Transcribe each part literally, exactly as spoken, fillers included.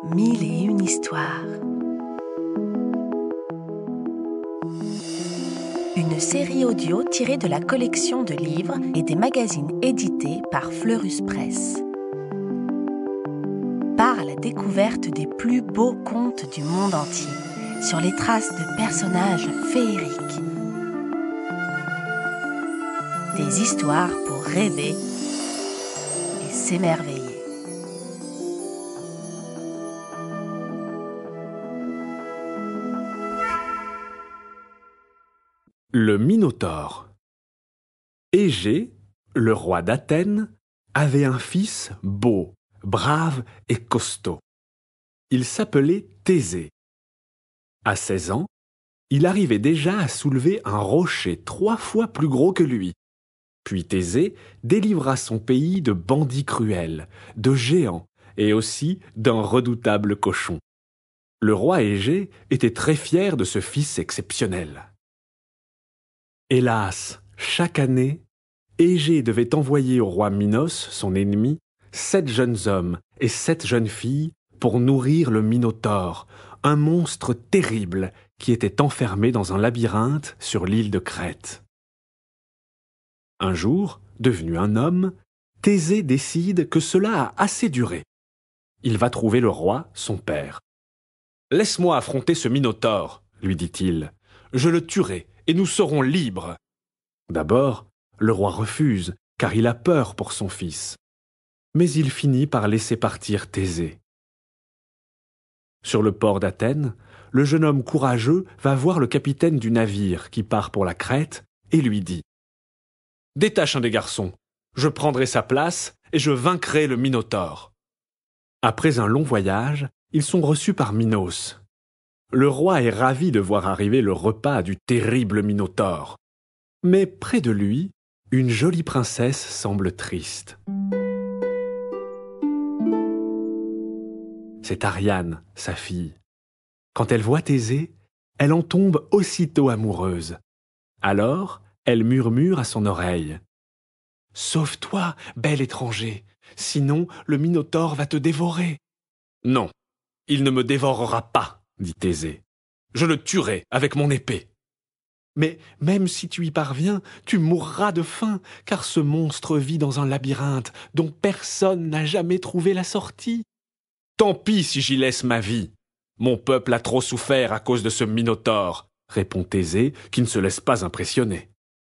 Mille et une histoires. Une série audio tirée de la collection de livres et des magazines édités par Fleurus Press. Part à la découverte des plus beaux contes du monde entier, sur les traces de personnages féeriques. Des histoires pour rêver et s'émerveiller. Le Minotaure. Égée, le roi d'Athènes, avait un fils beau, brave et costaud. Il s'appelait Thésée. À seize ans, il arrivait déjà à soulever un rocher trois fois plus gros que lui. Puis Thésée délivra son pays de bandits cruels, de géants et aussi d'un redoutable cochon. Le roi Égée était très fier de ce fils exceptionnel. Hélas, chaque année, Égée devait envoyer au roi Minos, son ennemi, sept jeunes hommes et sept jeunes filles pour nourrir le Minotaure, un monstre terrible qui était enfermé dans un labyrinthe sur l'île de Crète. Un jour, devenu un homme, Thésée décide que cela a assez duré. Il va trouver le roi, son père. « Laisse-moi affronter ce Minotaure, lui dit-il. Je le tuerai et nous serons libres. » D'abord, le roi refuse, car il a peur pour son fils. Mais il finit par laisser partir Thésée. Sur le port d'Athènes, le jeune homme courageux va voir le capitaine du navire qui part pour la Crète et lui dit « Détache un des garçons, je prendrai sa place et je vaincrai le Minotaure. » Après un long voyage, ils sont reçus par Minos. Le roi est ravi de voir arriver le repas du terrible Minotaure. Mais près de lui, une jolie princesse semble triste. C'est Ariane, sa fille. Quand elle voit Thésée, elle en tombe aussitôt amoureuse. Alors, elle murmure à son oreille. « Sauve-toi, bel étranger, sinon le Minotaure va te dévorer. »« Non, il ne me dévorera pas, » dit Thésée. « Je le tuerai avec mon épée. » « Mais même si tu y parviens, tu mourras de faim, car ce monstre vit dans un labyrinthe dont personne n'a jamais trouvé la sortie. »« Tant pis si j'y laisse ma vie. Mon peuple a trop souffert à cause de ce Minotaure, » répond Thésée, qui ne se laisse pas impressionner.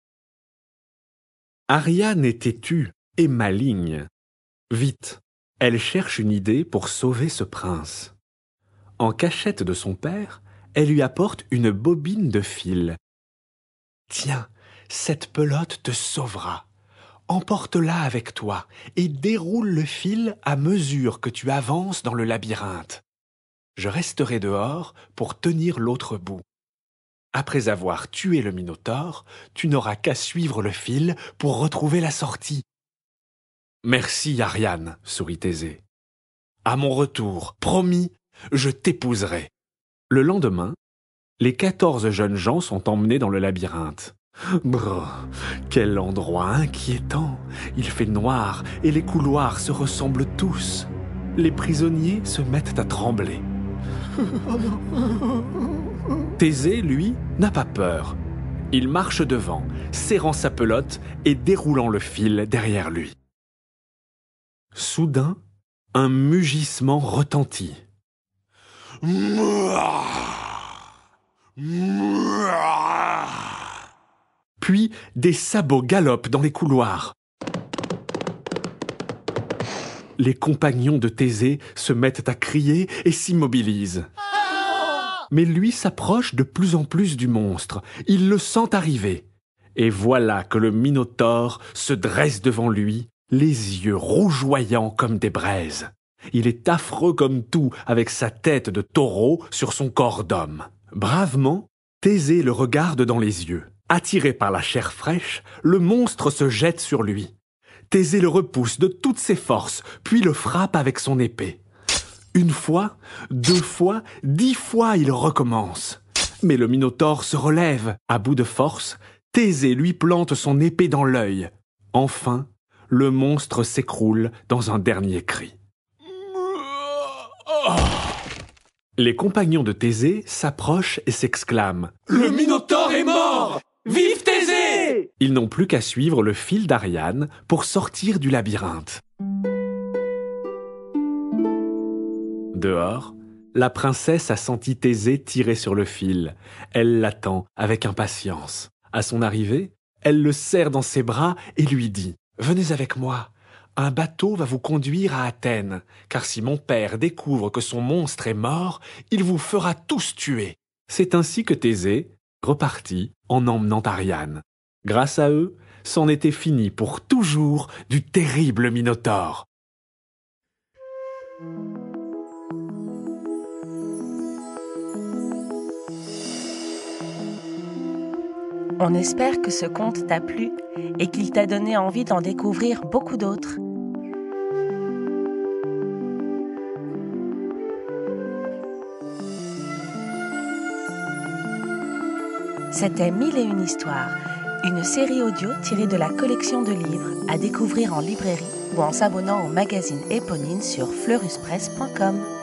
Ariane est têtue et maligne. Vite, elle cherche une idée pour sauver ce prince. En cachette de son père, elle lui apporte une bobine de fil. « Tiens, cette pelote te sauvera. Emporte-la avec toi et déroule le fil à mesure que tu avances dans le labyrinthe. Je resterai dehors pour tenir l'autre bout. Après avoir tué le Minotaure, tu n'auras qu'à suivre le fil pour retrouver la sortie. »« Merci, Ariane, » sourit Thésée. « À mon retour, promis, je t'épouserai. » Le lendemain, les quatorze jeunes gens sont emmenés dans le labyrinthe. Brrr, quel endroit inquiétant! Il fait noir et les couloirs se ressemblent tous. Les prisonniers se mettent à trembler. Thésée, lui, n'a pas peur. Il marche devant, serrant sa pelote et déroulant le fil derrière lui. Soudain, un mugissement retentit. Puis des sabots galopent dans les couloirs. Les compagnons de Thésée se mettent à crier et s'immobilisent. Mais lui s'approche de plus en plus du monstre. Il le sent arriver. Et voilà que le Minotaure se dresse devant lui, les yeux rougeoyants comme des braises. Il est affreux comme tout, avec sa tête de taureau sur son corps d'homme. Bravement, Thésée le regarde dans les yeux. Attiré par la chair fraîche, le monstre se jette sur lui. Thésée le repousse de toutes ses forces, puis le frappe avec son épée. Une fois, deux fois, dix fois il recommence. Mais le Minotaure se relève. À bout de force, Thésée lui plante son épée dans l'œil. Enfin, le monstre s'écroule dans un dernier cri. Oh! Les compagnons de Thésée s'approchent et s'exclament « Le Minotaure est mort! Vive Thésée !» Ils n'ont plus qu'à suivre le fil d'Ariane pour sortir du labyrinthe. Dehors, la princesse a senti Thésée tirer sur le fil. Elle l'attend avec impatience. À son arrivée, elle le serre dans ses bras et lui dit « Venez avec moi. Un bateau va vous conduire à Athènes, car si mon père découvre que son monstre est mort, il vous fera tous tuer. » C'est ainsi que Thésée repartit en emmenant Ariane. Grâce à eux, c'en était fini pour toujours du terrible Minotaure. On espère que ce conte t'a plu et qu'il t'a donné envie d'en découvrir beaucoup d'autres. C'était Mille et une histoires, une série audio tirée de la collection de livres à découvrir en librairie ou en s'abonnant au magazine Éponine sur fleuruspresse point com.